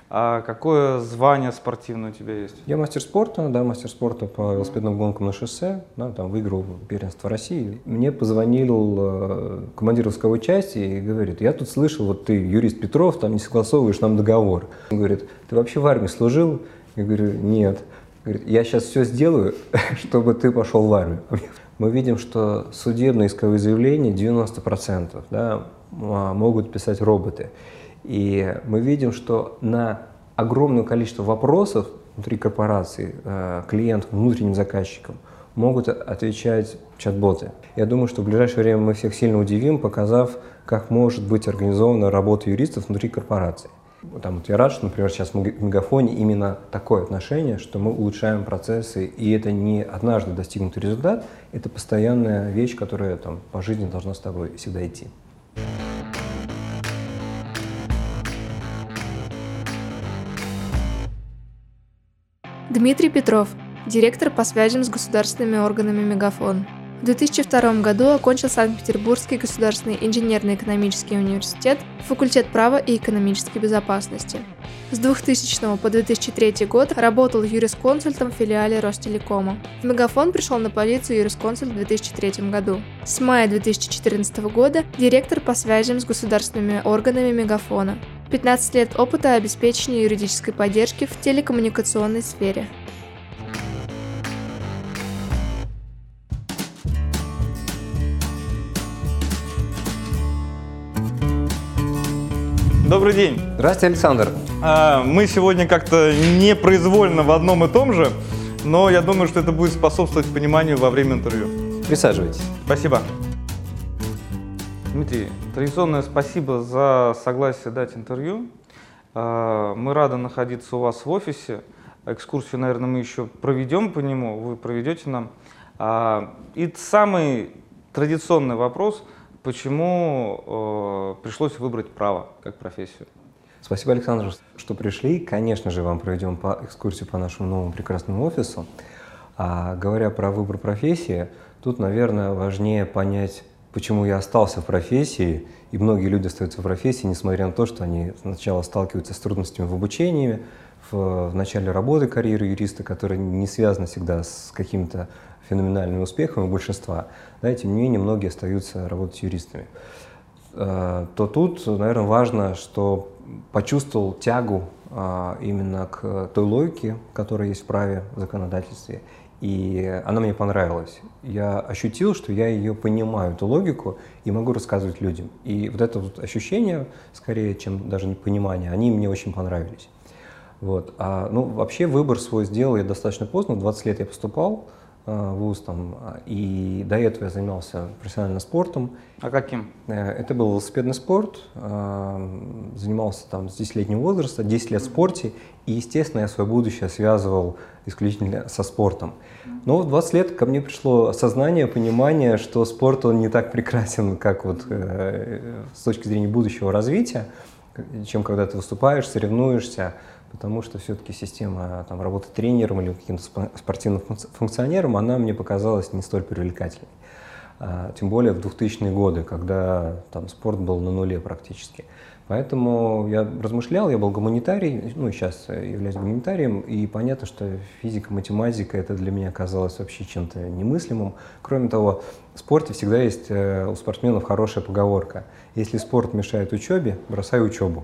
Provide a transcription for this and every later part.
А какое звание спортивное у тебя есть? Я мастер спорта, да, мастер спорта по велосипедным гонкам на шоссе, да, там выиграл первенство России. Мне позвонил командир войсковой части и говорит: я тут слышал, вот ты, юрист Петров, там не согласовываешь нам договор. Он говорит: ты вообще в армии служил? Я говорю: нет. Говорит: я сейчас все сделаю, чтобы ты пошел в армию. Мы видим, что судебные исковые заявления 90%, да, могут писать роботы. И мы видим, что на огромное количество вопросов внутри корпорации клиентам, внутренним заказчикам могут отвечать чат-боты. Я думаю, что в ближайшее время мы всех сильно удивим, показав, как может быть организована работа юристов внутри корпорации. Там, вот я рад, что, например, сейчас в Мегафоне именно такое отношение, что мы улучшаем процессы, и это не однажды достигнутый результат, это постоянная вещь, которая там, по жизни должна с тобой всегда идти. Дмитрий Петров, директор по связям с государственными органами «Мегафон». В 2002 году окончил Санкт-Петербургский государственный инженерно-экономический университет, факультет права и экономической безопасности. С 2000 по 2003 год работал юрисконсультом в филиале Ростелекома. В «Мегафон» пришел на позицию юрисконсульт в 2003 году. С мая 2014 года директор по связям с государственными органами «Мегафона». 15 лет опыта обеспечения юридической поддержки в телекоммуникационной сфере. Добрый день. Здравствуйте, Александр. Мы сегодня как-то непроизвольно в одном и том же, но я думаю, что это будет способствовать пониманию во время интервью. Присаживайтесь. Спасибо. Дмитрий, традиционное спасибо за согласие дать интервью. Мы рады находиться у вас в офисе. Экскурсию, наверное, мы еще проведем по нему, вы проведете нам. И самый традиционный вопрос: почему пришлось выбрать право как профессию? Спасибо, Александр, что пришли. Конечно же, вам проведем экскурсию по нашему новому прекрасному офису. Говоря про выбор профессии, тут, наверное, важнее понять, почему я остался в профессии, и многие люди остаются в профессии, несмотря на то, что они сначала сталкиваются с трудностями в обучении, в начале работы карьеры юриста, которая не связана всегда с какими-то феноменальными успехами у большинства, да, и тем не менее многие остаются работать юристами. То тут, наверное, важно, что почувствовал тягу именно к той логике, которая есть в праве, в законодательстве, и она мне понравилась. Я ощутил, что я ее понимаю, эту логику, и могу рассказывать людям. И вот это вот ощущение, скорее, чем даже непонимание, они мне очень понравились. Вот. Вообще выбор свой сделал я достаточно поздно, в 20 лет я поступал в ВУЗ, и до этого я занимался профессиональным спортом. А каким? Это был велосипедный спорт, занимался там с 10-летнего возраста, 10 лет в спорте, и, естественно, я свое будущее связывал исключительно со спортом. Но в 20 лет ко мне пришло осознание, понимание, что спорт, он не так прекрасен, как вот с точки зрения будущего развития, чем когда ты выступаешь, соревнуешься, потому что все-таки система работы тренером или каким-то спортивным функционером, она мне показалась не столь привлекательной. Тем более в 2000-е годы, когда там спорт был на нуле практически. Поэтому я размышлял, я был гуманитарий, сейчас являюсь гуманитарием, и понятно, что физика, математика, это для меня казалось вообще чем-то немыслимым. Кроме того, в спорте всегда есть у спортсменов хорошая поговорка: если спорт мешает учебе, бросай учебу.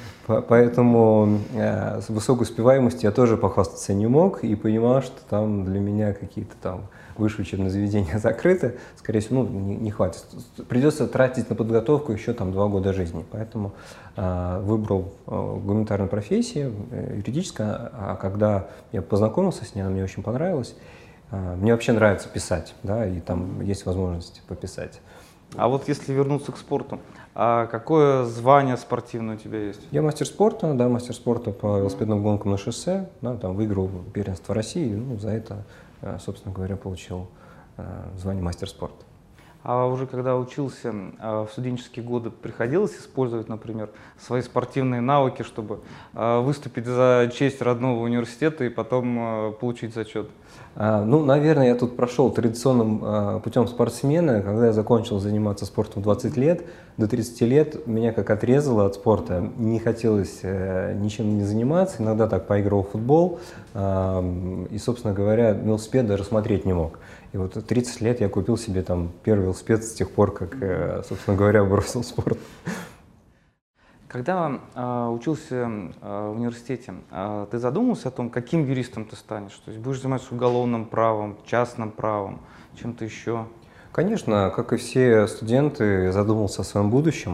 Поэтому с высокой успеваемостью я тоже похвастаться не мог и понимал, что там для меня какие-то там высшие учебные заведения закрыты, скорее всего, не хватит. Придется тратить на подготовку еще 2 года жизни. Поэтому выбрал гуманитарную профессию, юридическую, а когда я познакомился с ней, она мне очень понравилась. Мне вообще нравится писать, да, и там есть возможность пописать. А вот если вернуться к спорту, а какое звание спортивное у тебя есть? Я мастер спорта, да, мастер спорта по велосипедным гонкам на шоссе, да, там выиграл первенство России, за это, собственно говоря, получил звание мастер спорта. А уже когда учился в студенческие годы, приходилось использовать, например, свои спортивные навыки, чтобы выступить за честь родного университета и потом получить зачет? Ну, наверное, я тут прошел традиционным путем спортсмена. Когда я закончил заниматься спортом в 20 лет, до 30 лет меня как отрезало от спорта. Не хотелось ничем не заниматься. Иногда так поигрывал в футбол. И, собственно говоря, велосипед даже смотреть не мог. И вот в 30 лет я купил себе там первый велосипед с тех пор, как, собственно говоря, бросил спорт. Когда учился в университете, ты задумывался о том, каким юристом ты станешь? То есть будешь заниматься уголовным правом, частным правом, чем-то еще? Конечно, как и все студенты, я задумался о своем будущем.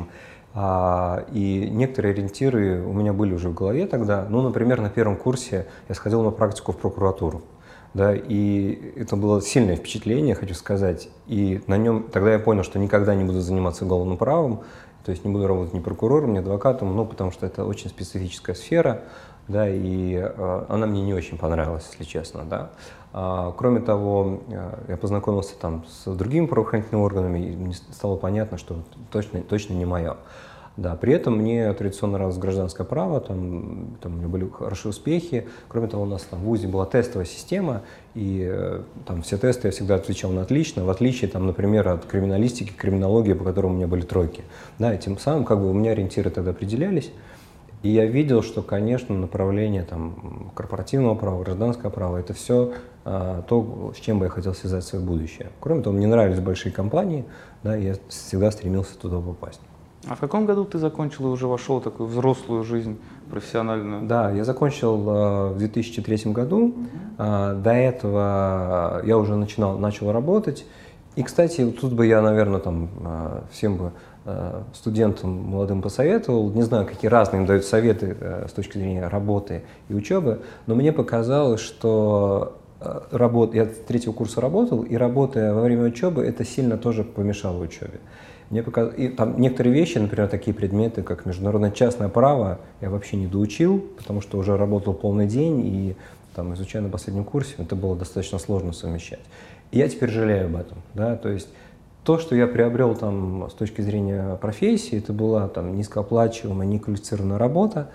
И некоторые ориентиры у меня были уже в голове тогда. Ну, например, на первом курсе я сходил на практику в прокуратуру. Да, и это было сильное впечатление, хочу сказать. И на нем тогда я понял, что никогда не буду заниматься уголовным правом. То есть не буду работать ни прокурором, ни адвокатом, ну, потому что это очень специфическая сфера, да, и она мне не очень понравилась, если честно, да. Кроме того, я познакомился там с другими правоохранительными органами, и мне стало понятно, что точно не мое. Да, при этом мне традиционно нравилось гражданское право, там у меня были хорошие успехи. Кроме того, у нас там в ВУЗе была тестовая система, и там все тесты я всегда отвечал на отлично, в отличие, там, например, от криминалистики, криминологии, по которым у меня были тройки. Да, и тем самым как бы у меня ориентиры тогда определялись. И я видел, что, конечно, направление там, корпоративного права, гражданского права – это все то, с чем бы я хотел связать свое будущее. Кроме того, мне нравились большие компании, да, и я всегда стремился туда попасть. А в каком году ты закончил и уже вошел в такую взрослую жизнь профессиональную? Да, я закончил в 2003 году. До этого я уже начал работать. И, кстати, тут бы я, наверное, там, всем бы студентам молодым посоветовал. Не знаю, какие разные им дают советы с точки зрения работы и учебы, но мне показалось, что я с третьего курса работал, и работая во время учебы, это сильно тоже помешало учебе. И там некоторые вещи, например, такие предметы, как международное частное право, я вообще не доучил, потому что уже работал полный день, и там, изучая на последнем курсе, это было достаточно сложно совмещать. И я теперь жалею об этом. Да? То есть то, что я приобрел там, с точки зрения профессии, это была там, низкооплачиваемая, неквалифицированная работа,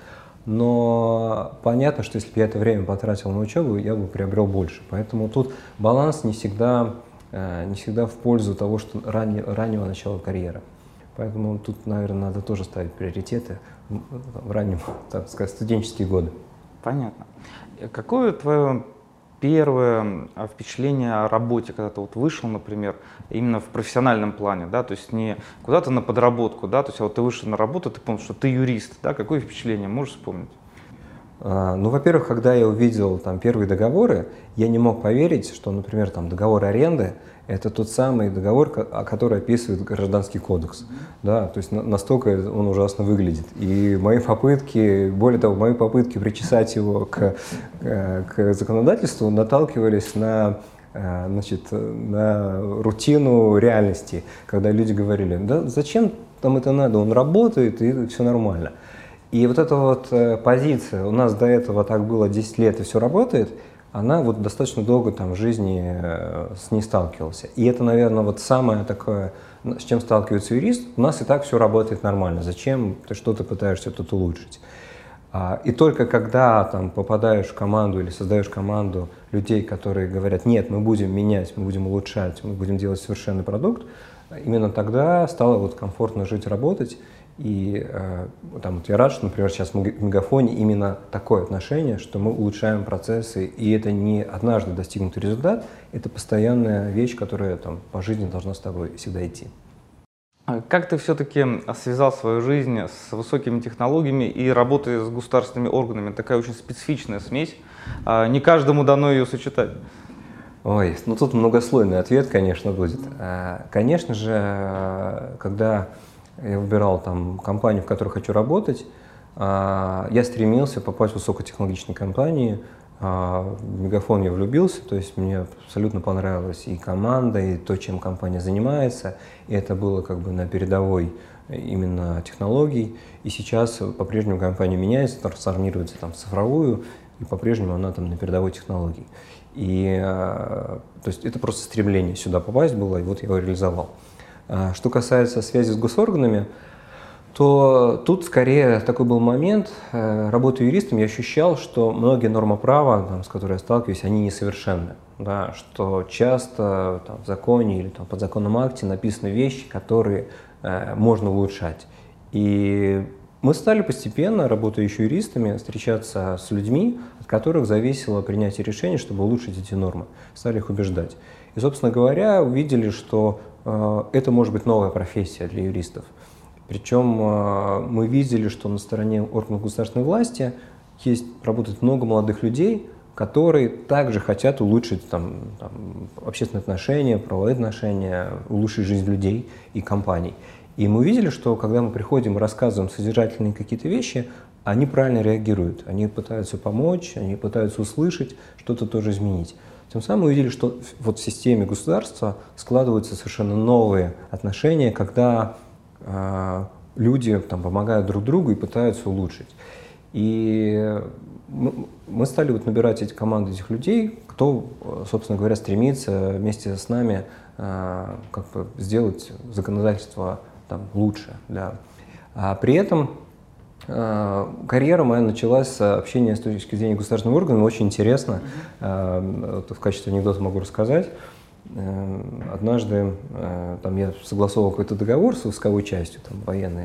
но понятно, что если бы я это время потратил на учебу, я бы приобрел больше. Поэтому тут баланс не всегда в пользу того, что раннего начала карьеры. Поэтому тут, наверное, надо тоже ставить приоритеты в раннем, так сказать, студенческие годы. Понятно. Какое твое первое впечатление о работе, когда ты вот вышел, например, именно в профессиональном плане, да, то есть не куда-то на подработку, да, то есть вот ты вышел на работу, ты понял, что ты юрист, да, какое впечатление, можешь вспомнить? Ну, во-первых, когда я увидел там первые договоры, я не мог поверить, что, например, там договор аренды – это тот самый договор, который описывает Гражданский кодекс. Да, то есть настолько он ужасно выглядит. И мои попытки, более того, мои попытки причесать его к законодательству наталкивались на рутину реальности, когда люди говорили: да зачем там это надо, он работает и все нормально. И вот эта вот позиция, у нас до этого так было 10 лет и все работает, она вот достаточно долго там в жизни с ней сталкивался. И это, наверное, вот самое такое, с чем сталкивается юрист: у нас и так все работает нормально, зачем ты что-то пытаешься тут улучшить? И только когда там попадаешь в команду или создаешь команду людей, которые говорят: нет, мы будем менять, мы будем улучшать, мы будем делать совершенный продукт, именно тогда стало вот комфортно жить, работать. И там, вот я рад, что, например, сейчас в Мегафоне именно такое отношение, что мы улучшаем процессы, и это не однажды достигнутый результат, это постоянная вещь, которая там, по жизни должна с тобой всегда идти. Как ты все-таки связал свою жизнь с высокими технологиями и работой с государственными органами? Такая очень специфичная смесь, не каждому дано ее сочетать. Ой, ну тут многослойный ответ, конечно, будет. Конечно же, когда я выбирал там компанию, в которой хочу работать, я стремился попасть в высокотехнологичные компании. В Мегафон я влюбился, то есть мне абсолютно понравилась и команда, и то, чем компания занимается. И это было как бы на передовой именно технологий. И сейчас по-прежнему компания меняется, трансформируется там в цифровую, и по-прежнему она там на передовой технологии. И то есть это просто стремление сюда попасть было, и вот я его реализовал. Что касается связи с госорганами, то тут скорее такой был момент, работая юристом, я ощущал, что многие нормы права, там, с которыми я сталкиваюсь, они несовершенны. Да, что часто там, в законе или там, в подзаконном акте написаны вещи, которые можно улучшать. И мы стали постепенно, работая еще юристами, встречаться с людьми, от которых зависело принятие решений, чтобы улучшить эти нормы. Стали их убеждать. И, собственно говоря, увидели, что это может быть новая профессия для юристов. Причем мы видели, что на стороне органов государственной власти работает много молодых людей, которые также хотят улучшить там, общественные отношения, правовые отношения, улучшить жизнь людей и компаний. И мы увидели, что когда мы приходим и рассказываем содержательные какие-то вещи, они правильно реагируют, они пытаются помочь, они пытаются услышать, что-то тоже изменить. Тем самым мы увидели, что вот в системе государства складываются совершенно новые отношения, когда люди там, помогают друг другу и пытаются улучшить. И мы стали вот набирать эти команды этих людей, кто, собственно говоря, стремится вместе с нами как бы сделать законодательство там, лучше. Да. А при этом карьера моя началась с общения с точки зрения государственного органа, очень интересно. В качестве анекдота могу рассказать. Однажды там, я согласовывал какой-то договор с войсковой частью, там, военной,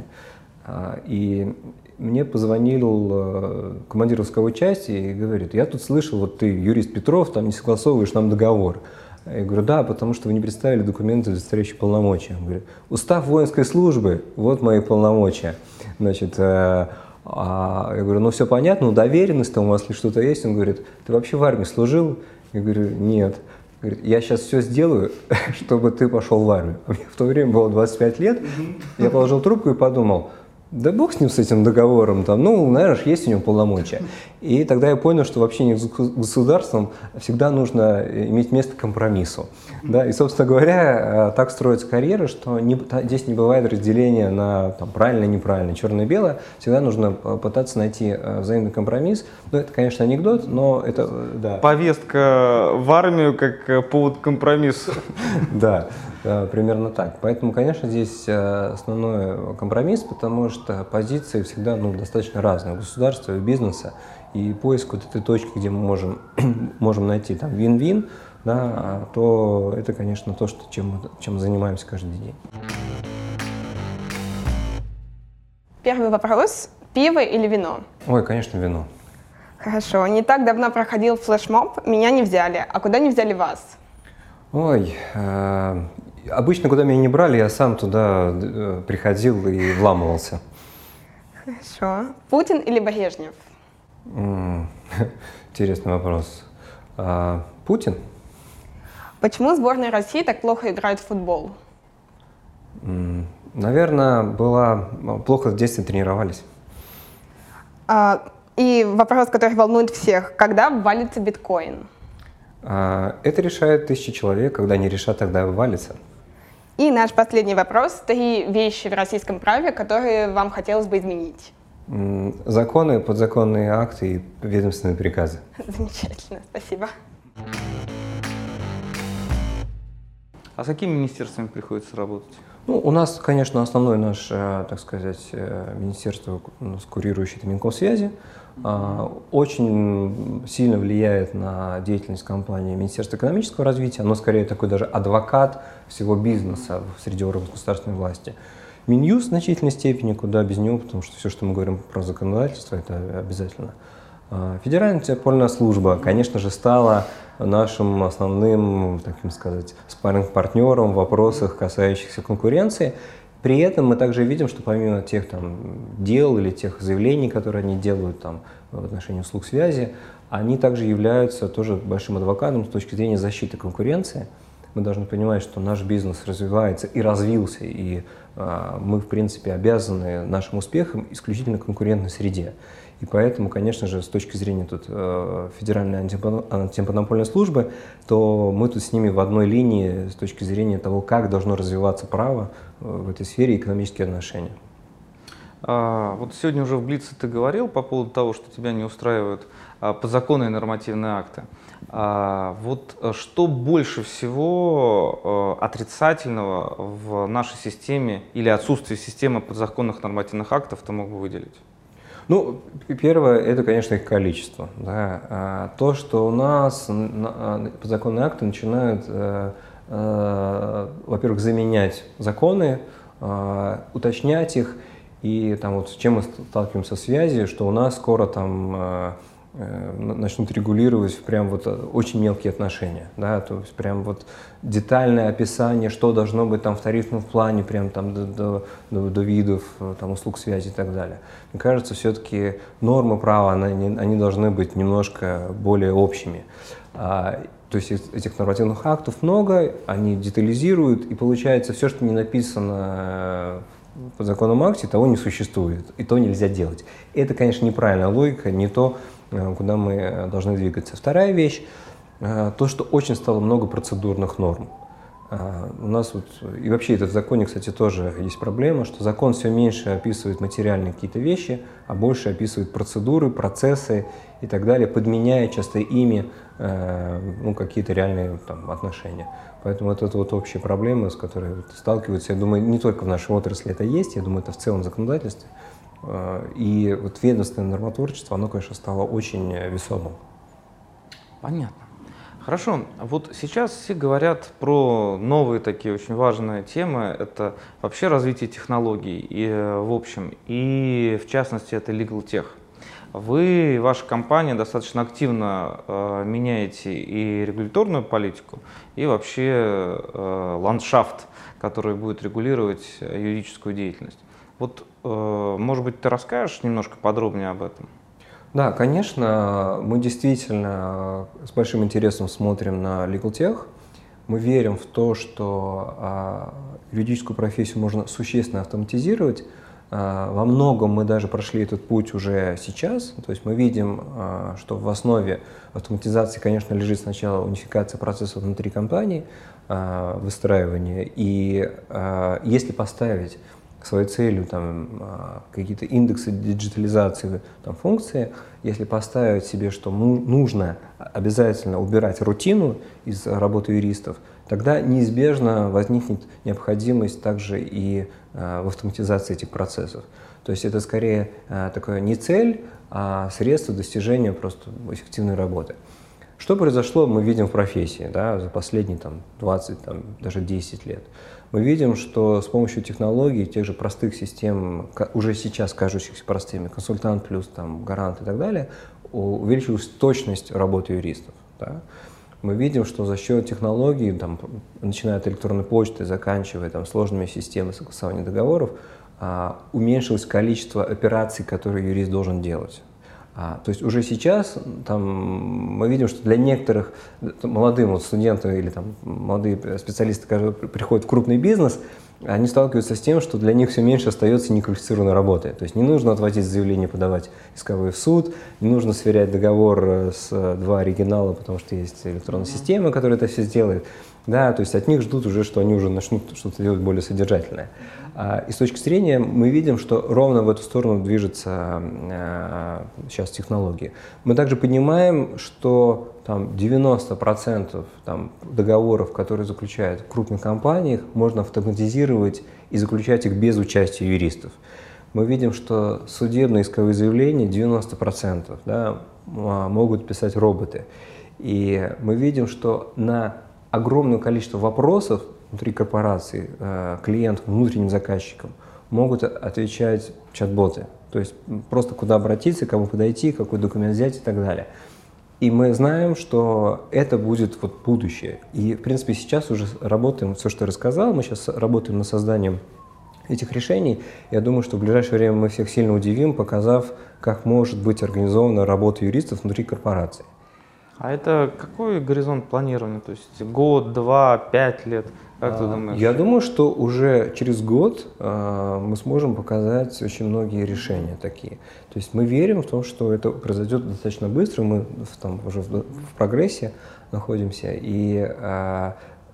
и мне позвонил командир войсковой части и говорит: я тут слышал, вот ты, юрист Петров, там не согласовываешь нам договор. Я говорю: да, потому что вы не представили документы, удостоверяющие полномочия. Он говорит: устав воинской службы, вот мои полномочия. Значит, я говорю: ну все понятно, доверенность там у вас ли что-то есть? Он говорит: ты вообще в армии служил? Я говорю: нет. Говорит: я сейчас все сделаю, чтобы ты пошел в армию. Мне в то время было 25 лет, я положил трубку и подумал: да бог с ним, с этим договором, там, ну, наверное, есть у него полномочия. И тогда я понял, что в общении с государством всегда нужно иметь место компромиссу. Да? И, собственно говоря, так строится карьера, что здесь не бывает разделения на там, правильно, неправильно, черное-белое. Всегда нужно пытаться найти взаимный компромисс. Ну, это, конечно, анекдот, но это, да. Повестка в армию как повод к компромиссу. Да. Примерно так. Поэтому, конечно, здесь основной компромисс, потому что позиции всегда достаточно разные у государства и у бизнеса. И поиск вот этой точки, где мы можем найти там вин-вин, да, то это, конечно, то, чем мы занимаемся каждый день. Первый вопрос. Пиво или вино? Ой, конечно, вино. Хорошо. Не так давно проходил флешмоб, меня не взяли. А куда не взяли вас? Ой, обычно, куда меня не брали, я сам туда приходил и вламывался. Хорошо. Путин или Брежнев? Интересный вопрос. Путин? Почему сборная России так плохо играет в футбол? Наверное, плохо в детстве тренировались. И вопрос, который волнует всех. Когда обвалится биткоин? Это решает 1000 человек. Когда не решат, тогда обвалится. И наш последний вопрос. 3 вещи в российском праве, которые вам хотелось бы изменить. Законы, подзаконные акты и ведомственные приказы. Замечательно, спасибо. А с какими министерствами приходится работать? Ну, у нас, конечно, основное наше, так сказать, министерство, курирующее это Минкомсвязи, очень сильно влияет на деятельность компании Министерство экономического развития. Оно скорее такой даже адвокат всего бизнеса среди органов государственной власти. Минюст в значительной степени, куда без него, потому что все, что мы говорим про законодательство, это обязательно. Федеральная антимонопольная служба, конечно же, стала нашим основным, так сказать, спарринг-партнером в вопросах, касающихся конкуренции. При этом мы также видим, что помимо тех дел или тех заявлений, которые они делают в отношении услуг связи, они также являются тоже большим адвокатом с точки зрения защиты конкуренции. Мы должны понимать, что наш бизнес развивается и развился, и мы, в принципе, обязаны нашим успехом исключительно конкурентной среде. И поэтому, конечно же, с точки зрения Федеральной антимонопольной службы, то мы тут с ними в одной линии с точки зрения того, как должно развиваться право в этой сфере и экономические отношения. Вот сегодня уже в Блице ты говорил по поводу того, что тебя не устраивают подзаконные нормативные акты. Что больше всего отрицательного в нашей системе или отсутствие системы подзаконных нормативных актов ты мог бы выделить? Ну, первое, это, конечно, их количество. Да. То, что у нас подзаконные акты начинают, во-первых, заменять законы, уточнять их, и там вот с чем мы сталкиваемся в связи, что у нас скоро там начнут регулировать прям вот очень мелкие отношения, да, то есть прям вот детальное описание, что должно быть там в тарифном плане, прям там до видов там, услуг связи и так далее. Мне кажется, все-таки нормы права, они должны быть немножко более общими. То есть этих нормативных актов много, они детализируют, и получается, все, что не написано в подзаконном акте, того не существует, и то нельзя делать. И это, конечно, неправильная логика, не то, куда мы должны двигаться. Вторая вещь, то, что очень стало много процедурных норм. У нас вот, и вообще это в законе, кстати, тоже есть проблема, что закон все меньше описывает материальные какие-то вещи, а больше описывает процедуры, процессы и так далее, подменяя часто ими какие-то реальные там, отношения. Поэтому вот это вот общая проблема, с которой сталкиваются, я думаю, не только в нашей отрасли это есть, я думаю, это в целом законодательстве. И вот ведомственное нормотворчество, оно, конечно, стало очень весомым. Понятно. Хорошо. Вот сейчас все говорят про новые такие очень важные темы. Это вообще развитие технологий, и, в общем, и в частности это Legal Tech. Вы, ваша компания, достаточно активно меняете и регуляторную политику, и вообще ландшафт, который будет регулировать юридическую деятельность. Вот, может быть, ты расскажешь немножко подробнее об этом? Да, конечно, мы действительно с большим интересом смотрим на Legal Tech. Мы верим в то, что юридическую профессию можно существенно автоматизировать. Во многом мы даже прошли этот путь уже сейчас. То есть мы видим, что в основе автоматизации, конечно, лежит сначала унификация процессов внутри компании, выстраивание. И если поставить своей целью там, какие-то индексы диджитализации там, функции, если поставить себе, что нужно обязательно убирать рутину из работы юристов, тогда неизбежно возникнет необходимость также и в автоматизации этих процессов. То есть это скорее такое не цель, а средство достижения просто эффективной работы. Что произошло, мы видим в профессии, да, за последние там, 20, там, даже 10 лет. Мы видим, что с помощью технологий, тех же простых систем, уже сейчас кажущихся простыми, консультант плюс, там, гарант и так далее, увеличилась точность работы юристов. Да. Мы видим, что за счет технологий, там, начиная от электронной почты, заканчивая там, сложными системами согласования договоров, уменьшилось количество операций, которые юрист должен делать. То есть уже сейчас там, мы видим, что для некоторых молодым вот, студентов или там, молодые специалисты, которые приходят в крупный бизнес, они сталкиваются с тем, что для них все меньше остается неквалифицированной работы. То есть не нужно отводить заявление, подавать исковой в суд, не нужно сверять договор с два оригинала, потому что есть электронная система, которая это все сделает. Да, то есть от них ждут уже, что они уже начнут что-то делать более содержательное. И с точки зрения мы видим, что ровно в эту сторону движется сейчас технологии. Мы также понимаем, что там 90% там, договоров, которые заключают в крупных компаниях, можно автоматизировать и заключать их без участия юристов. Мы видим, что судебные исковые заявления 90% да, могут писать роботы. И мы видим, что на огромное количество вопросов внутри корпорации, клиентам, внутренним заказчикам могут отвечать чат-боты. То есть просто куда обратиться, к кому подойти, какой документ взять и так далее. И мы знаем, что это будет вот будущее. И, в принципе, сейчас уже работаем, все, что я рассказал, мы сейчас работаем над созданием этих решений. Я думаю, что в ближайшее время мы всех сильно удивим, показав, как может быть организована работа юристов внутри корпорации. А это какой горизонт планирования? То есть год, 2, 5 лет? Как ты думаешь? Я думаю, что уже через год мы сможем показать очень многие решения такие. То есть мы верим в том, что это произойдет достаточно быстро, мы там уже в прогрессе находимся. И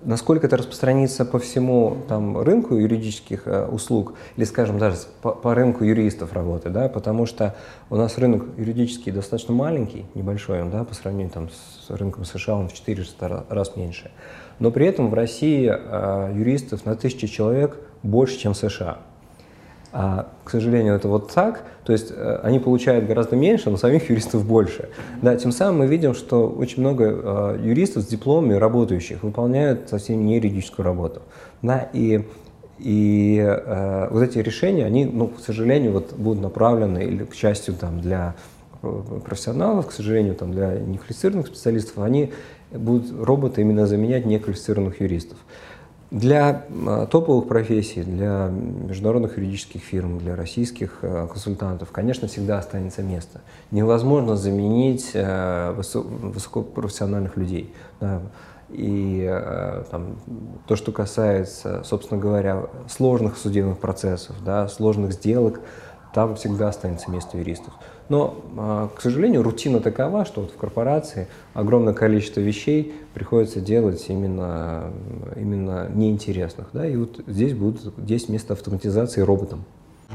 Насколько это распространится по всему там, рынку юридических услуг, или, скажем, даже по рынку юристов работы, да, потому что у нас рынок юридический достаточно маленький, небольшой, он, да, по сравнению там, с рынком США он в 400 раз меньше. Но при этом в России юристов на 1000 человек больше, чем в США. К сожалению, это вот так, то есть они получают гораздо меньше, но самих юристов больше. Да, тем самым мы видим, что очень много юристов с дипломами работающих выполняют совсем не юридическую работу. Да, и вот эти решения, они, ну, к сожалению, вот, будут направлены или, к счастью, там, для профессионалов, к сожалению, там, для неквалифицированных специалистов, они будут роботы именно заменять неквалифицированных юристов. Для топовых профессий, для международных юридических фирм, для российских консультантов, конечно, всегда останется место. Невозможно заменить высокопрофессиональных людей. Да. И там, то, что касается, собственно говоря, сложных судебных процессов, да, сложных сделок, там всегда останется место юристов. Но, к сожалению, рутина такова, что вот в корпорации огромное количество вещей приходится делать именно неинтересных. Да? И вот здесь место автоматизации роботам.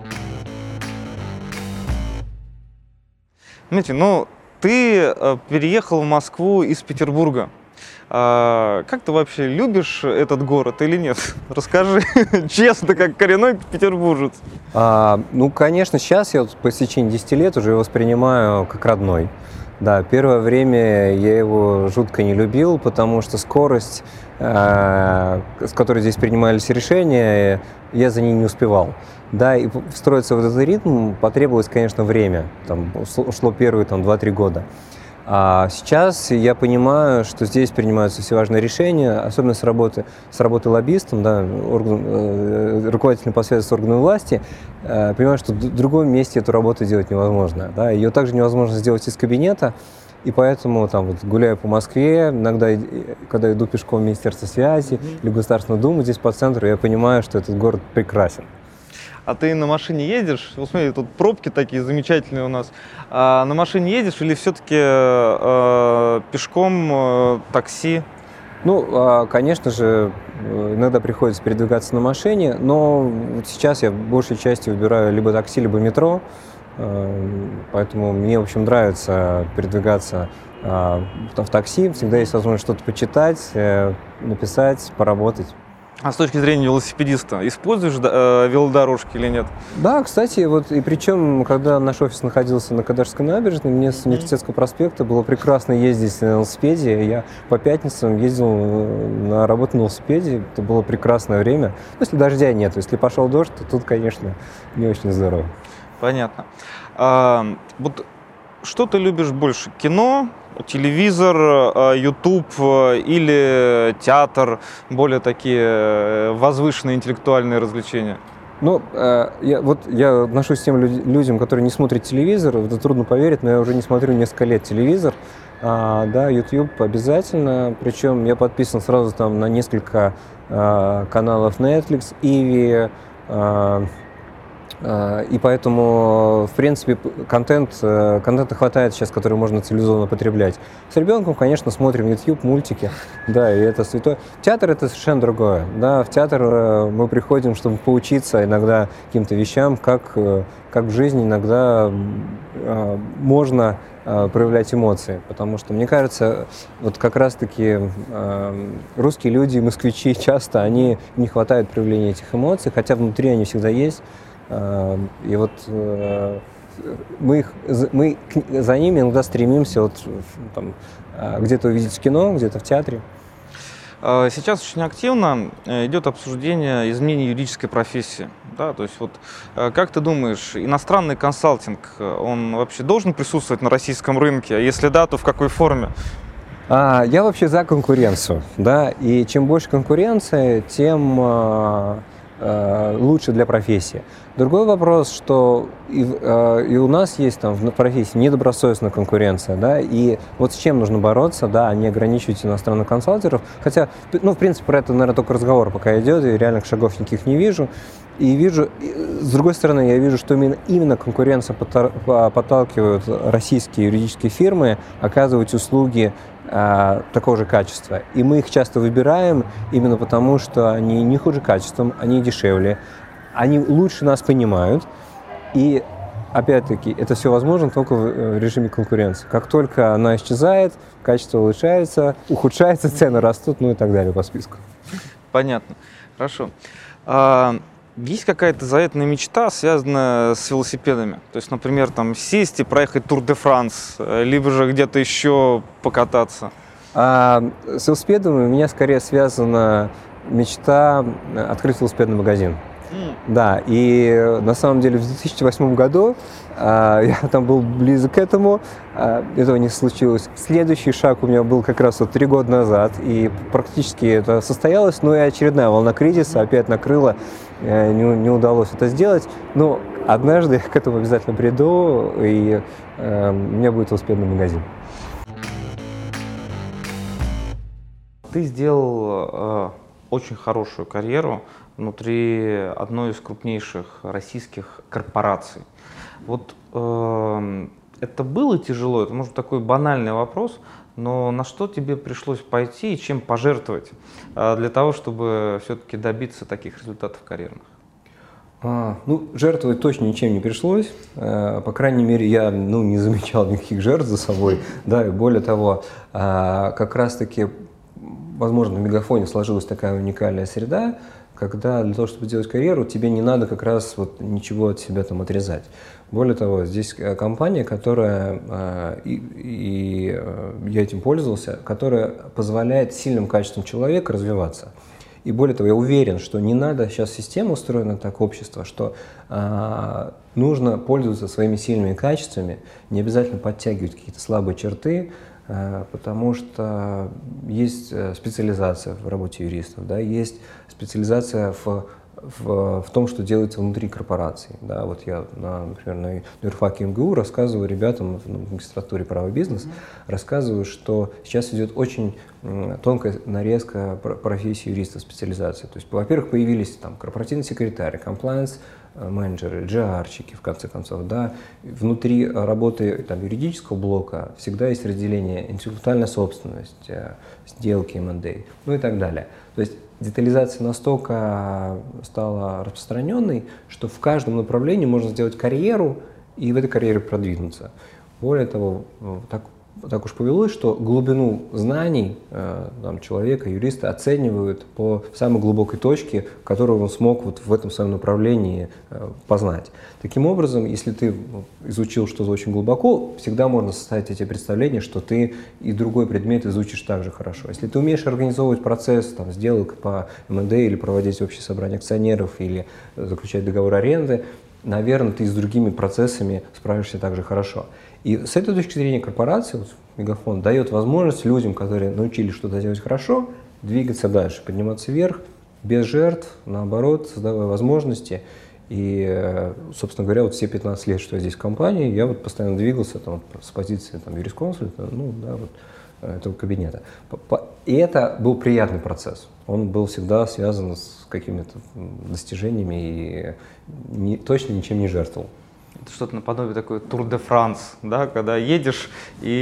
Дмитрий, ну ты переехал в Москву из Петербурга. Как ты вообще любишь этот город или нет? Расскажи честно, как коренной петербуржец. Ну, конечно, сейчас я вот по истечении 10 лет уже его воспринимаю как родной. Да, первое время я его жутко не любил, потому что скорость, с которой здесь принимались решения, я за ней не успевал. Да, и встроиться в этот ритм потребовалось, конечно, время. Там ушло первые 2-3 года. А сейчас я понимаю, что здесь принимаются все важные решения, особенно с работы лоббистом, да, руководителем по связи с органами власти. Понимаю, что в другом месте эту работу делать невозможно. Да, ее также невозможно сделать из кабинета, и поэтому там, вот, гуляю по Москве, иногда, когда иду пешком в Министерство связи или Государственную Думу здесь по центру, я понимаю, что этот город прекрасен. А ты на машине едешь? Вот смотри, тут пробки такие замечательные у нас. На машине едешь или все-таки пешком, такси? Ну, конечно же, иногда приходится передвигаться на машине, но вот сейчас я большей частью выбираю либо такси, либо метро. Поэтому мне, в общем, нравится передвигаться в такси. Всегда есть возможность что-то почитать, написать, поработать. А с точки зрения велосипедиста, используешь велодорожки или нет? Да, кстати, вот и причем, когда наш офис находился на Кадашской набережной, мне с Университетского проспекта было прекрасно ездить на велосипеде. Я по пятницам ездил на работу на велосипеде, это было прекрасное время. Ну, если дождя нет, если пошел дождь, то тут, конечно, не очень здорово. Понятно. Вот что ты любишь больше, кино, телевизор, YouTube или театр, более такие возвышенные интеллектуальные развлечения? Ну, я отношусь к тем людям, которые не смотрят телевизор. Это трудно поверить, но я уже не смотрю несколько лет телевизор. Да, YouTube обязательно. Причем я подписан сразу там на несколько каналов Netflix, Ivi. И поэтому, в принципе, контента хватает сейчас, который можно цивилизованно потреблять. С ребенком, конечно, смотрим YouTube, мультики, да, и это святое. Театр — это совершенно другое, да, в театр мы приходим, чтобы поучиться иногда каким-то вещам, как в жизни иногда можно проявлять эмоции, потому что, мне кажется, вот как раз-таки русские люди, москвичи часто, они не хватает проявления этих эмоций, хотя внутри они всегда есть. И вот мы за ними иногда стремимся вот, там, где-то увидеть в кино, где-то в театре. Сейчас очень активно идет обсуждение изменений юридической профессии. Да? То есть вот, как ты думаешь, иностранный консалтинг, он вообще должен присутствовать на российском рынке? А если да, то в какой форме? Я вообще за конкуренцию. Да? И чем больше конкуренции, тем лучше для профессии. Другой вопрос, что и у нас есть там в профессии недобросовестная конкуренция, да, и вот с чем нужно бороться, да, а не ограничивать иностранных консалтеров, хотя, ну, в принципе, про это, наверное, только разговор пока идет, и реальных шагов никаких не вижу. И вижу, с другой стороны, я вижу, что именно конкуренция подталкивает российские юридические фирмы оказывать услуги такого же качества. И мы их часто выбираем именно потому, что они не хуже качеством, они дешевле, они лучше нас понимают. И опять-таки, это все возможно только в режиме конкуренции. Как только она исчезает, качество улучшается, ухудшается, цены растут, ну и так далее по списку. Понятно. Хорошо. Есть какая-то заветная мечта, связанная с велосипедами? То есть, например, там сесть и проехать Тур де Франс, либо же где-то еще покататься? С велосипедами у меня скорее связана мечта открыть велосипедный магазин. Да, и на самом деле в 2008 году я там был близок к этому, этого не случилось. Следующий шаг у меня был как раз вот 3 года назад, и практически это состоялось, но и очередная волна кризиса опять накрыла, не удалось это сделать, но однажды я к этому обязательно приду, и у меня будет велосипедный магазин. Ты сделал очень хорошую карьеру внутри одной из крупнейших российских корпораций. Вот это было тяжело, это, может, такой банальный вопрос, но на что тебе пришлось пойти и чем пожертвовать для того, чтобы все-таки добиться таких результатов карьерных? Ну, жертвовать точно ничем не пришлось. По крайней мере, я не замечал никаких жертв за собой. Да, и более того, как раз-таки, возможно, в Мегафоне сложилась такая уникальная среда, когда для того, чтобы сделать карьеру, тебе не надо как раз вот ничего от себя там отрезать. Более того, здесь компания, которая, и я этим пользовался, которая позволяет сильным качествам человека развиваться. И более того, я уверен, что не надо, сейчас система устроена так, общество, что нужно пользоваться своими сильными качествами, не обязательно подтягивать какие-то слабые черты, потому что есть специализация в работе юристов, да, есть специализация в том, что делается внутри корпорации. Да. Вот я, например, на юрфаке МГУ рассказываю ребятам в магистратуре права бизнес, рассказываю, что сейчас идет очень тонкая нарезка профессии юриста специализации. То есть, во-первых, появились там корпоративные секретари, комплайенс менеджеры, GR-щики, в конце концов, да. Внутри работы там, юридического блока всегда есть разделение интеллектуальная собственность, сделки, M&A, ну и так далее. То есть детализация настолько стала распространенной, что в каждом направлении можно сделать карьеру и в этой карьере продвинуться. Более того, так уж повелось, что глубину знаний там, человека, юриста оценивают по самой глубокой точке, которую он смог вот в этом своем направлении познать. Таким образом, если ты изучил что-то очень глубоко, всегда можно составить эти представления, что ты и другой предмет изучишь так же хорошо. Если ты умеешь организовывать процесс там, сделок по МНД или проводить общее собрание акционеров или заключать договор аренды, наверное, ты с другими процессами справишься так же хорошо. И с этой точки зрения корпорации, вот, Мегафон дает возможность людям, которые научились что-то делать хорошо, двигаться дальше, подниматься вверх, без жертв, наоборот, создавая возможности. И, собственно говоря, вот все 15 лет, что я здесь в компании, я вот постоянно двигался там, с позиции там, юрисконсульта, ну, да, вот, этого кабинета. И это был приятный процесс. Он был всегда связан с какими-то достижениями и точно ничем не жертвовал. Это что-то наподобие такой Тур де Франс, да, когда едешь,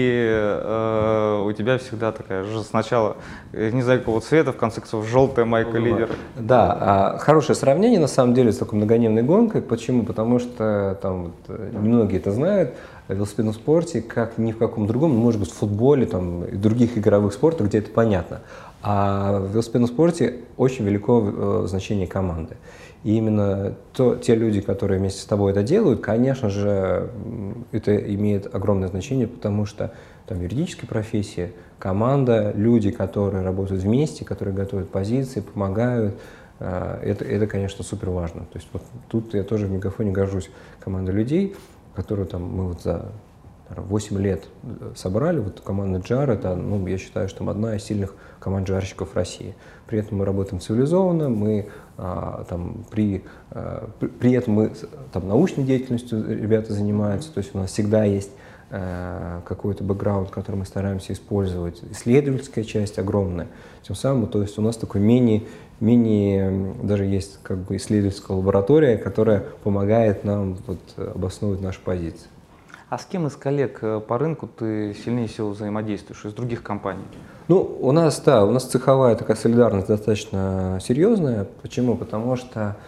и у тебя всегда такая же сначала, не знаю какого цвета, в конце концов, желтая майка лидера. Да, хорошее сравнение на самом деле с такой многодневной гонкой. Почему? Потому что там вот, немногие это знают. В велосипедном спорте, как ни в каком другом, может быть, в футболе там, и других игровых спортах, где это понятно. А в велосипедном спорте очень велико значение команды. И именно те люди, которые вместе с тобой это делают, конечно же, это имеет огромное значение, потому что там, в юридической профессии команда, люди, которые работают вместе, которые готовят позиции, помогают, это, конечно, супер важно. То есть вот тут я тоже в Мегафоне горжусь командой людей, которую там, мы вот за 8 лет собрали. Вот команда GR, это, ну, я считаю, что одна из сильных команд GR-щиков России. При этом мы работаем цивилизованно, мы при этом мы там, научной деятельностью ребята занимаются, то есть у нас всегда есть какой-то бэкграунд, который мы стараемся использовать, исследовательская часть огромная. Тем самым, то есть у нас такой даже есть как бы исследовательская лаборатория, которая помогает нам вот обосновывать наши позиции. А с кем из коллег по рынку ты сильнее всего взаимодействуешь, из других компаний? Ну, у нас цеховая такая солидарность достаточно серьезная. Почему? Потому что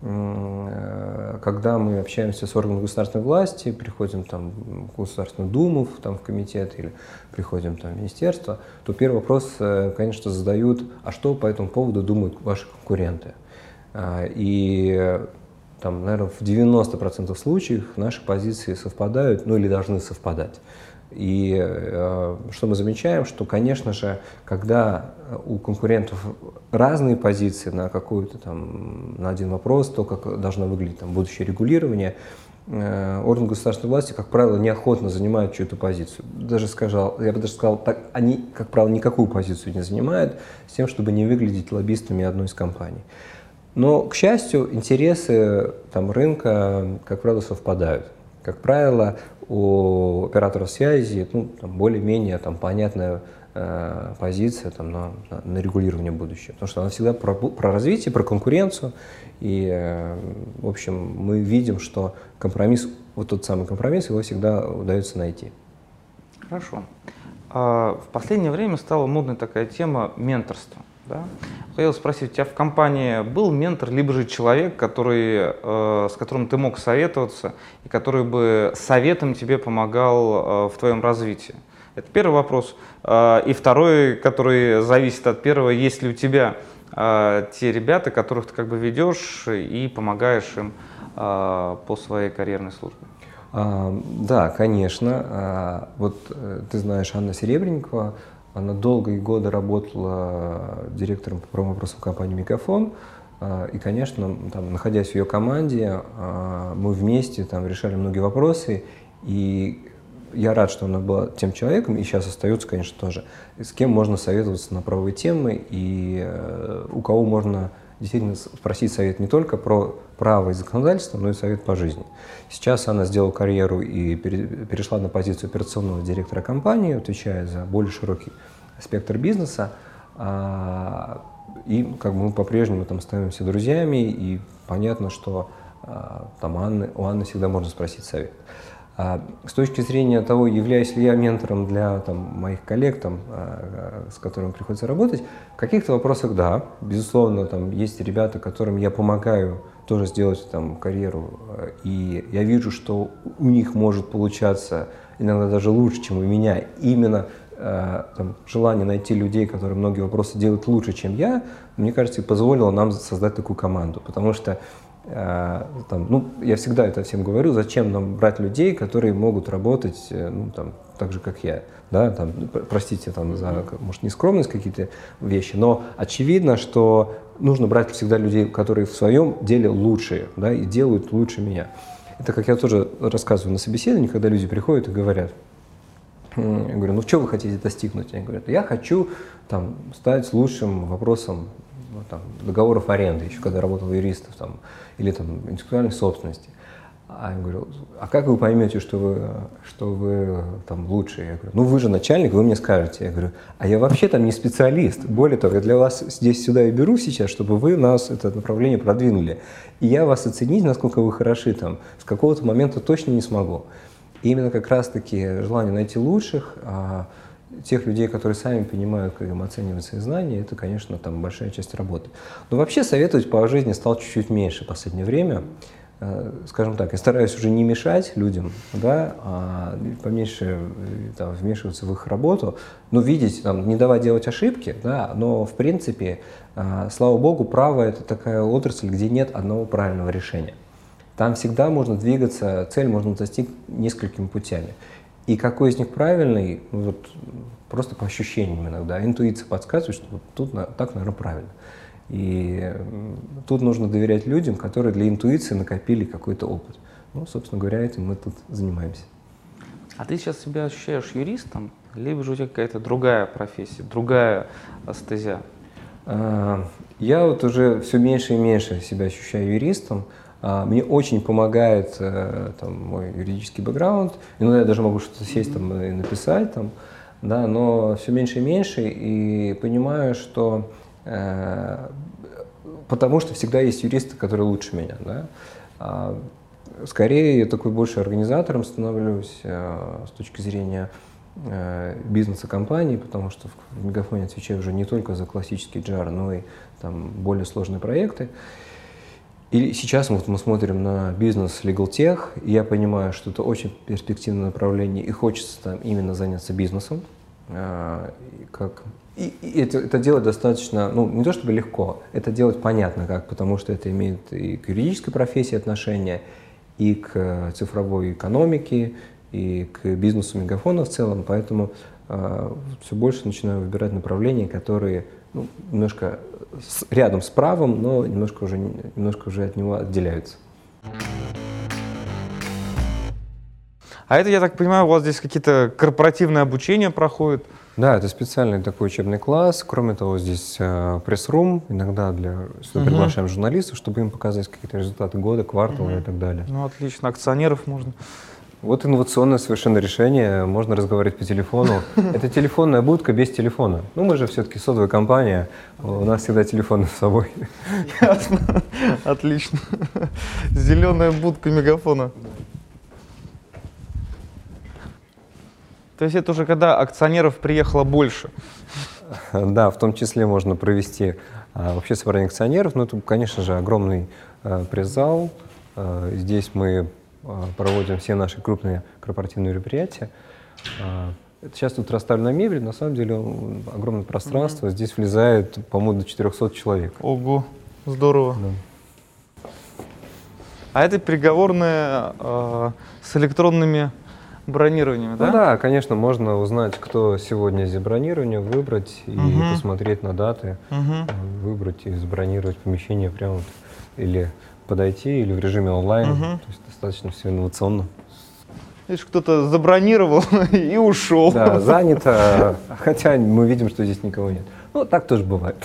когда мы общаемся с органами государственной власти, приходим там, в Государственную Думу, там, в комитет или приходим там, в министерство, то первый вопрос, конечно, задают, а что по этому поводу думают ваши конкуренты? И там, наверное, в 90% случаев наши позиции совпадают, ну или должны совпадать. И что мы замечаем, что, конечно же, когда у конкурентов разные позиции на какую-то там, на один вопрос, то, как должно выглядеть там будущее регулирование, органы государственной власти, как правило, неохотно занимают чью-то позицию. Я бы даже сказал, так, они, как правило, никакую позицию не занимают с тем, чтобы не выглядеть лоббистами одной из компаний. Но, к счастью, интересы там, рынка, как правило, совпадают. Как правило, у операторов связи более-менее понятная позиция на регулирование будущего. Потому что она всегда про развитие, про конкуренцию. И, в общем, мы видим, что компромисс, вот тот самый компромисс, его всегда удается найти. Хорошо. В последнее время стала модной такая тема менторства. Да? Хотел спросить, у тебя в компании был ментор, либо же человек, с которым ты мог советоваться, и который бы советом тебе помогал в твоем развитии? Это первый вопрос. И второй, который зависит от первого, есть ли у тебя те ребята, которых ты как бы ведешь и помогаешь им по своей карьерной службе? Да, конечно. Вот ты знаешь Анна Серебренникова. Она долгие годы работала директором по правовым вопросам компании «Мегафон». И, конечно, находясь в ее команде, мы вместе решали многие вопросы. И я рад, что она была тем человеком, и сейчас остается, конечно, тоже, с кем можно советоваться на правовые темы, и у кого можно действительно спросить совет не только про право и законодательство, но и совет по жизни. Сейчас она сделала карьеру и перешла на позицию операционного директора компании, отвечая за более широкий спектр бизнеса. И мы по-прежнему становимся друзьями, и понятно, что у Анны всегда можно спросить совет. С точки зрения того, являюсь ли я ментором для моих коллег, с которыми приходится работать, в каких-то вопросах да, безусловно, есть ребята, которым я помогаю тоже сделать карьеру, и я вижу, что у них может получаться иногда даже лучше, чем у меня. Именно желание найти людей, которые многие вопросы делают лучше, чем я, мне кажется, и позволило нам создать такую команду, потому что я всегда это всем говорю, зачем нам брать людей, которые могут работать так же, как я. Да? Простите за, может, нескромность какие-то вещи, но очевидно, что нужно брать всегда людей, которые в своем деле лучшие, да, и делают лучше меня. Это, как я тоже рассказываю на собеседовании, когда люди приходят и говорят, я говорю, что вы хотите достигнуть? Они говорят, я хочу стать лучшим вопросом договоров аренды, еще когда работал юристов, или интеллектуальной собственности. А я говорю, а как вы поймете, что вы лучше? Я говорю, вы же начальник, вы мне скажете. Я говорю, а я вообще не специалист. Более того, я для вас здесь сюда и беру сейчас, чтобы вы нас это направление продвинули. И я вас оценить, насколько вы хороши с какого-то момента точно не смогу. И именно как раз-таки желание найти лучших, тех людей, которые сами понимают, как им оценивать свои знания, это, конечно, большая часть работы. Но вообще советовать по жизни стал чуть-чуть меньше в последнее время. Скажем так, я стараюсь уже не мешать людям, да, а поменьше вмешиваться в их работу, но видеть, не давать делать ошибки, да, но в принципе, слава богу, право – это такая отрасль, где нет одного правильного решения. Там всегда можно двигаться, цель можно достичь несколькими путями. И какой из них правильный, просто по ощущениям иногда. Интуиция подсказывает, что тут так, наверное, правильно. И тут нужно доверять людям, которые для интуиции накопили какой-то опыт. Собственно говоря, этим мы тут занимаемся. А ты сейчас себя ощущаешь юристом, либо же у тебя какая-то другая профессия, другая стезя? Я уже все меньше и меньше себя ощущаю юристом. Мне очень помогает мой юридический бэкграунд. Иногда я даже могу что-то сесть и написать, да, но все меньше и меньше. И понимаю, что потому что всегда есть юристы, которые лучше меня. Да? Скорее, я такой больше организатором становлюсь с точки зрения бизнеса компании, потому что в Мегафоне отвечаю уже не только за классический джар, но и там более сложные проекты. И сейчас вот мы смотрим на бизнес Legal Tech, и я понимаю, что это очень перспективное направление, и хочется там именно заняться бизнесом. И это делать достаточно, ну, не то чтобы легко, это делать понятно как, потому что это имеет и к юридической профессии отношение, и к цифровой экономике, и к бизнесу Мегафона в целом, поэтому все больше начинаю выбирать направления, которые немножко рядом с правом, но немножко уже от него отделяются. А это, я так понимаю, у вас здесь какие-то корпоративные обучения проходят? Да, это специальный такой учебный класс. Кроме того, здесь пресс-рум, иногда сюда приглашаем журналистов, чтобы им показать какие-то результаты года, квартала и так далее. Ну, отлично, акционеров можно. Вот инновационное совершенно решение, можно разговаривать по телефону. Это телефонная будка без телефона. Ну, мы же все-таки сотовая компания, у нас всегда телефон с собой. Ясно, отлично. Зеленая будка Мегафона. То есть это уже когда акционеров приехало больше? Да, в том числе можно провести вообще собрание акционеров. Но это, конечно же, огромный пресс-зал. Здесь мы проводим все наши крупные корпоративные мероприятия. Сейчас тут расставлена мебель, на самом деле огромное пространство. Здесь влезает, по-моему, до 400 человек. Ого, здорово. Да. А это переговорная с электронными бронированиями, да? Ну да, конечно, можно узнать, кто сегодня здесь бронирование, выбрать и посмотреть на даты, выбрать и забронировать помещение прямо или подойти, или в режиме онлайн. То есть достаточно все инновационно. Видишь, кто-то забронировал и ушел. Да, занято, хотя мы видим, что здесь никого нет. Ну, так тоже бывает.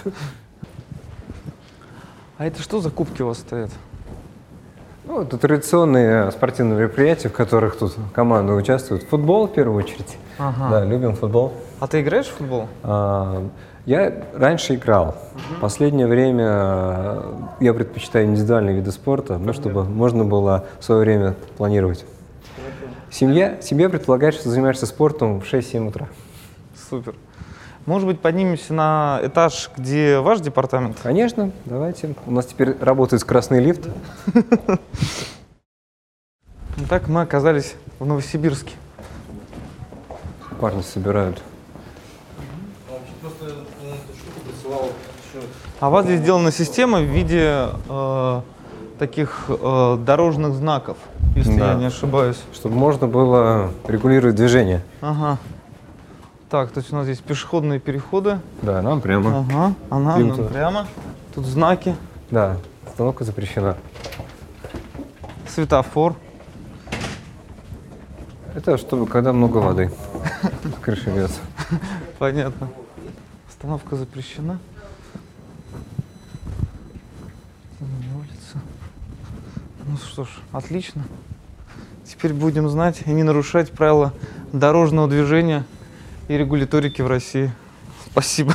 А это что за кубки у вас стоят? Ну, это традиционные спортивные мероприятия, в которых тут команды участвуют. Футбол, в первую очередь. Да, любим футбол. А ты играешь в футбол? Я раньше играл. Последнее время я предпочитаю индивидуальные виды спорта, чтобы можно было в свое время планировать. Семья предполагает, что занимаешься спортом в 6-7 утра. Супер. Может быть, поднимемся на этаж, где ваш департамент? Конечно, давайте. У нас теперь работает скоростной лифт. Итак, мы оказались в Новосибирске. Парни собирают. А у вас здесь сделана система в виде таких дорожных знаков, если я не ошибаюсь. Чтобы можно было регулировать движение. Ага. Так, то есть у нас здесь пешеходные переходы. Да, нам прямо. Ага, нам прямо. Тут знаки. Да, остановка запрещена. Светофор. Это чтобы когда много воды. Крыша льется. Понятно. Остановка запрещена. Улица. Ну что ж, отлично. Теперь будем знать и не нарушать правила дорожного движения и регуляторики в России. Спасибо.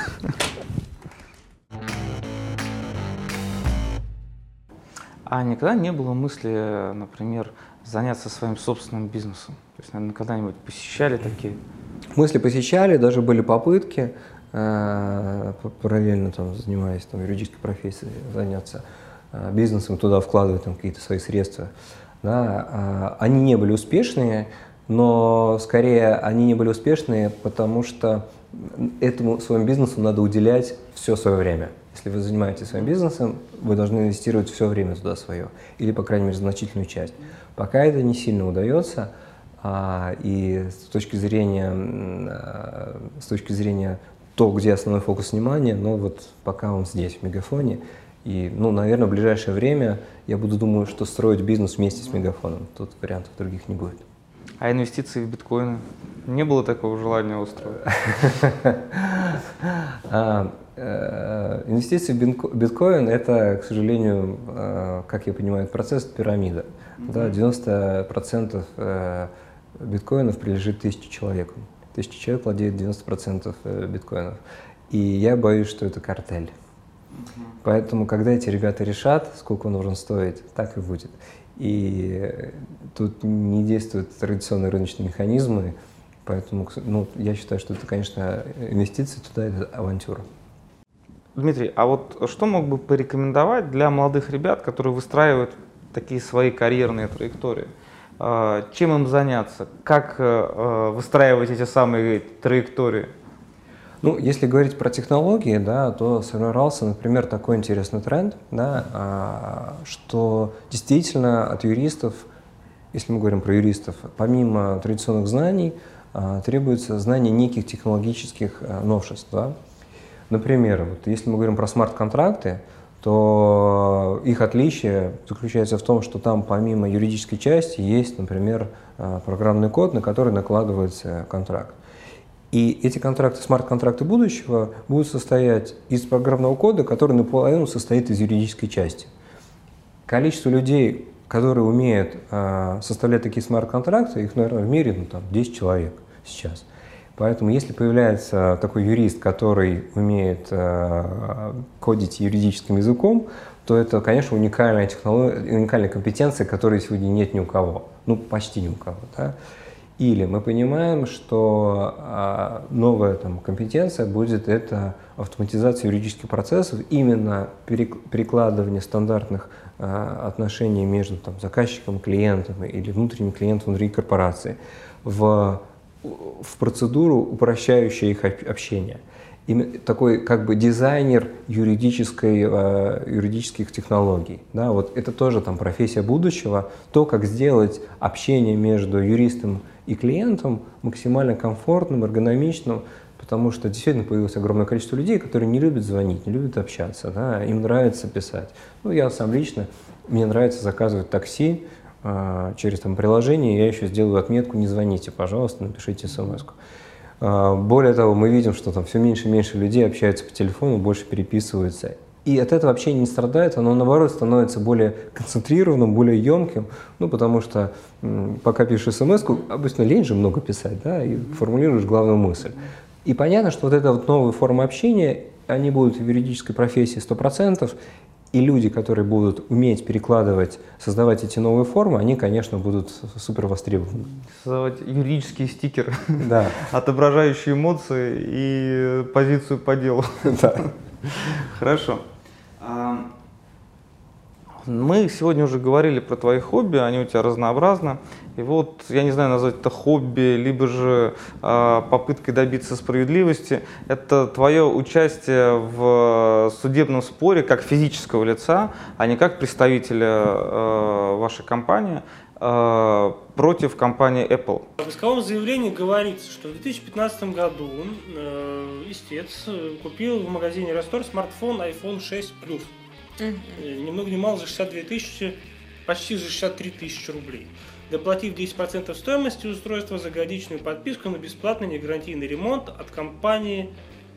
А никогда не было мысли, например, заняться своим собственным бизнесом? То есть, наверное, когда-нибудь посещали такие? Мысли посещали, даже были попытки, параллельно занимаясь юридической профессией, заняться бизнесом, туда вкладывать какие-то свои средства. Да. Они не были успешные, но скорее они не были успешные, потому что этому своему бизнесу надо уделять все свое время. Если вы занимаетесь своим бизнесом, вы должны инвестировать все время туда свое, или, по крайней мере, значительную часть. Пока это не сильно удается, и с точки зрения то, где основной фокус внимания, но вот пока он здесь, в Мегафоне. И, наверное, в ближайшее время я думаю, что строить бизнес вместе с Мегафоном. Тут вариантов других не будет. А инвестиции в биткоины? Не было такого желания устроить? Инвестиции в биткоин – это, к сожалению, как я понимаю, процесс пирамида. Да, 90% биткоинов принадлежит 1000 человекам. 1000 человек владеет 90% биткоинов. И я боюсь, что это картель. Поэтому, когда эти ребята решат, сколько он должен стоить, так и будет. И тут не действуют традиционные рыночные механизмы, поэтому я считаю, что это, конечно, инвестиции туда, это авантюра. Дмитрий, а вот что мог бы порекомендовать для молодых ребят, которые выстраивают такие свои карьерные траектории? Чем им заняться? Как выстраивать эти самые траектории? Если говорить про технологии, да, то сформировался, например, такой интересный тренд, да, что действительно от юристов, если мы говорим про юристов, помимо традиционных знаний, требуется знание неких технологических новшеств. Да. Например, если мы говорим про смарт-контракты, то их отличие заключается в том, что там помимо юридической части есть, например, программный код, на который накладывается контракт. И эти контракты, смарт-контракты будущего, будут состоять из программного кода, который наполовину состоит из юридической части. Количество людей, которые умеют составлять такие смарт-контракты, их, наверное, в мире 10 человек сейчас. Поэтому если появляется такой юрист, который умеет кодить юридическим языком, то это, конечно, уникальная технология, уникальная компетенция, которой сегодня нет ни у кого, почти ни у кого. Да? Или мы понимаем, что новая компетенция будет это автоматизация юридических процессов, именно перекладывание стандартных отношений между заказчиком, клиентом или внутренним клиентом внутри корпорации в процедуру, упрощающую их общение. Именно такой дизайнер юридических технологий. Да, это тоже профессия будущего, то, как сделать общение между юристом и клиентом максимально комфортным, эргономичным, потому что действительно появилось огромное количество людей, которые не любят звонить, не любят общаться, да, им нравится писать. Я сам лично, мне нравится заказывать такси через приложение, я еще сделаю отметку «Не звоните, пожалуйста, напишите смс-ку». Более того, мы видим, что все меньше и меньше людей общаются по телефону, больше переписываются. И от этого общение не страдает, оно наоборот становится более концентрированным, более емким, потому что пока пишешь смс-ку, обычно лень же много писать, да, и формулируешь главную мысль. И понятно, что эта новые формы общения, они будут в юридической профессии 100%, и люди, которые будут уметь перекладывать, создавать эти новые формы, они, конечно, будут супер востребованы. Создавать юридические стикеры, да, отображающие эмоции и позицию по делу. Да. Хорошо. Мы сегодня уже говорили про твои хобби, они у тебя разнообразны. И я не знаю, назвать это хобби, либо же попыткой добиться справедливости. Это твое участие в судебном споре как физического лица, а не как представителя вашей компании против компании Apple. В исковом заявлении говорится, что в 2015 году истец купил в магазине Ростор смартфон iPhone 6 Plus. Ни много ни мало за 62 тысячи, почти за 63 тысячи рублей. Доплатив 10% стоимости устройства за годичную подписку на бесплатный негарантийный ремонт от компании.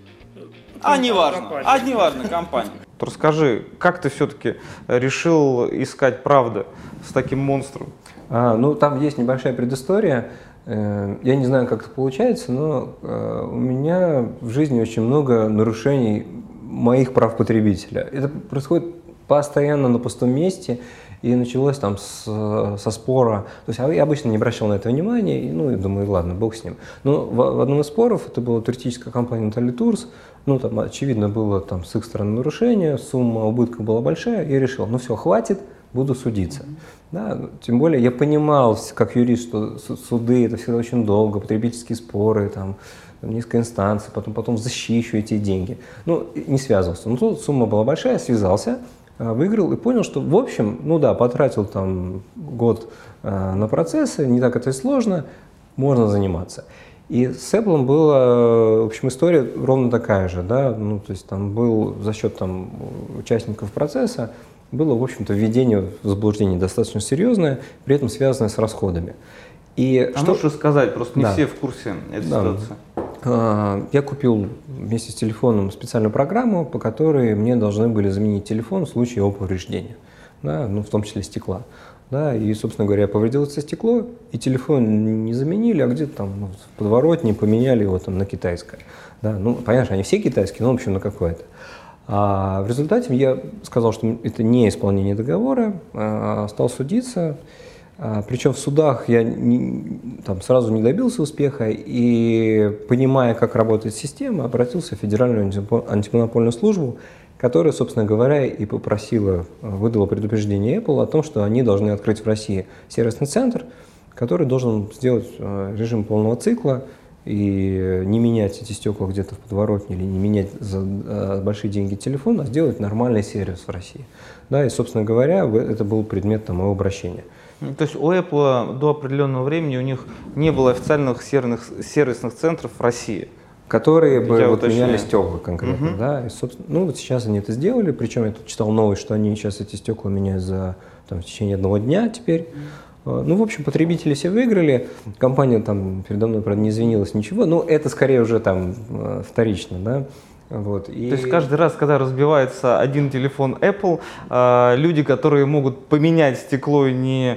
Неважно, компания. Расскажи, как ты все-таки решил искать правду с таким монстром? Там есть небольшая предыстория. Я не знаю, как это получается, но у меня в жизни очень много нарушений моих прав потребителя. Это происходит постоянно на пустом месте, и началось со спора. То есть я обычно не обращал на это внимания, и думаю, ладно, бог с ним. Но в одном из споров, это была туристическая компания Натали Турс, там очевидно было с их стороны нарушение, сумма убытка была большая, я решил, все, хватит, буду судиться. Да, тем более я понимал, как юрист, что суды это всегда очень долго, потребительские споры, низкая инстанция, потом защищу эти деньги. Не связывался. Тут сумма была большая, связался, выиграл и понял, что в общем, потратил год на процессы, не так это и сложно, можно заниматься. И с Apple была, в общем, история ровно такая же, да, то есть там был за счет участников процесса, было, в общем-то, введение в заблуждение достаточно серьезное, при этом связанное с расходами. И можешь рассказать, просто не все в курсе этой ситуации. Я купил вместе с телефоном специальную программу, по которой мне должны были заменить телефон в случае его повреждения, да, в том числе стекла. Да, и, собственно говоря, повредилось стекло, и телефон не заменили, а где-то в подворотне поменяли его на китайское. Да, понятно, они все китайские, но, в общем, на какое-то. А в результате я сказал, что это не исполнение договора, стал судиться. Причем в судах я там сразу не добился успеха и, понимая, как работает система, обратился в Федеральную антимонопольную службу, которая, собственно говоря, и выдала предупреждение Apple о том, что они должны открыть в России сервисный центр, который должен сделать режим полного цикла и не менять эти стекла где-то в подворотне или не менять за большие деньги телефон, а сделать нормальный сервис в России. Да, и, собственно говоря, это был предмет моего обращения. То есть у Apple до определенного времени у них не было официальных сервисных центров в России? Которые бы меняли стекла конкретно. Угу. Да, и, собственно, вот сейчас они это сделали, причем я тут читал новость, что они сейчас эти стекла меняют в течение одного дня теперь. В общем, потребители все выиграли, компания там передо мной, правда, не извинилась, ничего, но это скорее уже там вторично, да. Вот. То есть каждый раз, когда разбивается один телефон Apple, люди, которые могут поменять стекло и не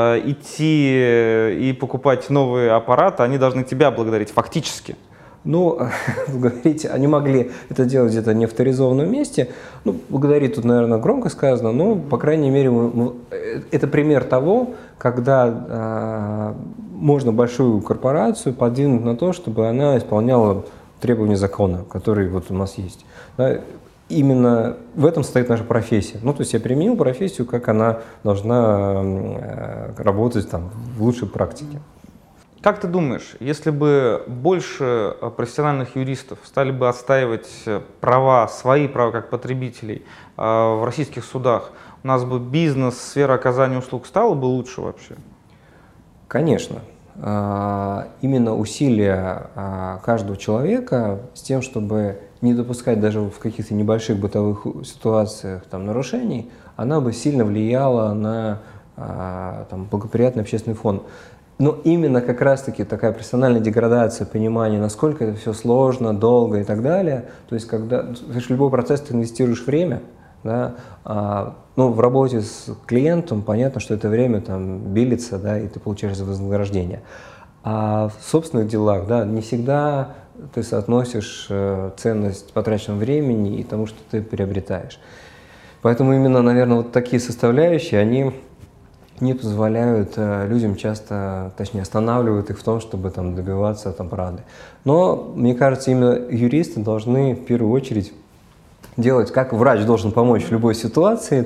идти и покупать новые аппараты, они должны тебя благодарить фактически. Благодарить, они могли это делать где-то не в авторизованном месте. Благодарить тут, наверное, громко сказано, но, по крайней мере, это пример того, когда можно большую корпорацию подвинуть на то, чтобы она исполняла требования закона, которые вот у нас есть. Да, именно в этом состоит наша профессия. То есть я применил профессию, как она должна работать там, в лучшей практике. Как ты думаешь, если бы больше профессиональных юристов стали бы отстаивать свои права как потребителей в российских судах, у нас бы бизнес, сфера оказания услуг стала бы лучше вообще? Конечно. Именно усилия каждого человека с тем, чтобы не допускать даже в каких-то небольших бытовых ситуациях нарушений, она бы сильно влияла на благоприятный общественный фон. Но именно как раз-таки такая профессиональная деградация, понимание, насколько это все сложно, долго и так далее. То есть, в любой процесс ты инвестируешь время, да, в работе с клиентом понятно, что это время билится, да, и ты получаешь за вознаграждение. А в собственных делах, да, не всегда ты соотносишь ценность потраченного времени и тому, что ты приобретаешь. Поэтому именно, наверное, вот такие составляющие, они не позволяют людям часто, точнее, останавливают их в том, чтобы добиваться правды. Но, мне кажется, именно юристы должны в первую очередь делать, как врач должен помочь в любой ситуации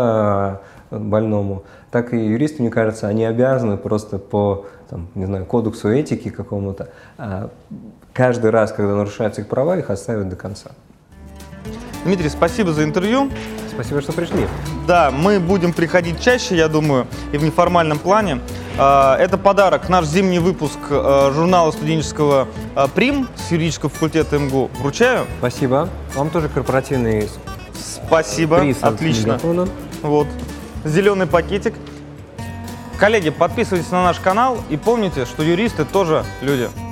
больному, так и юристы, мне кажется, они обязаны просто по кодексу этики какому-то каждый раз, когда нарушаются их права, их отставить до конца. Дмитрий, спасибо за интервью. Спасибо, что пришли. Да, мы будем приходить чаще, я думаю, и в неформальном плане. Это подарок, наш зимний выпуск журнала студенческого «Прим» с юридического факультета МГУ. Вручаю. Спасибо. Вам тоже корпоративный Спасибо, приз от отлично. Мегафона. Вот, зеленый пакетик. Коллеги, подписывайтесь на наш канал и помните, что юристы тоже люди.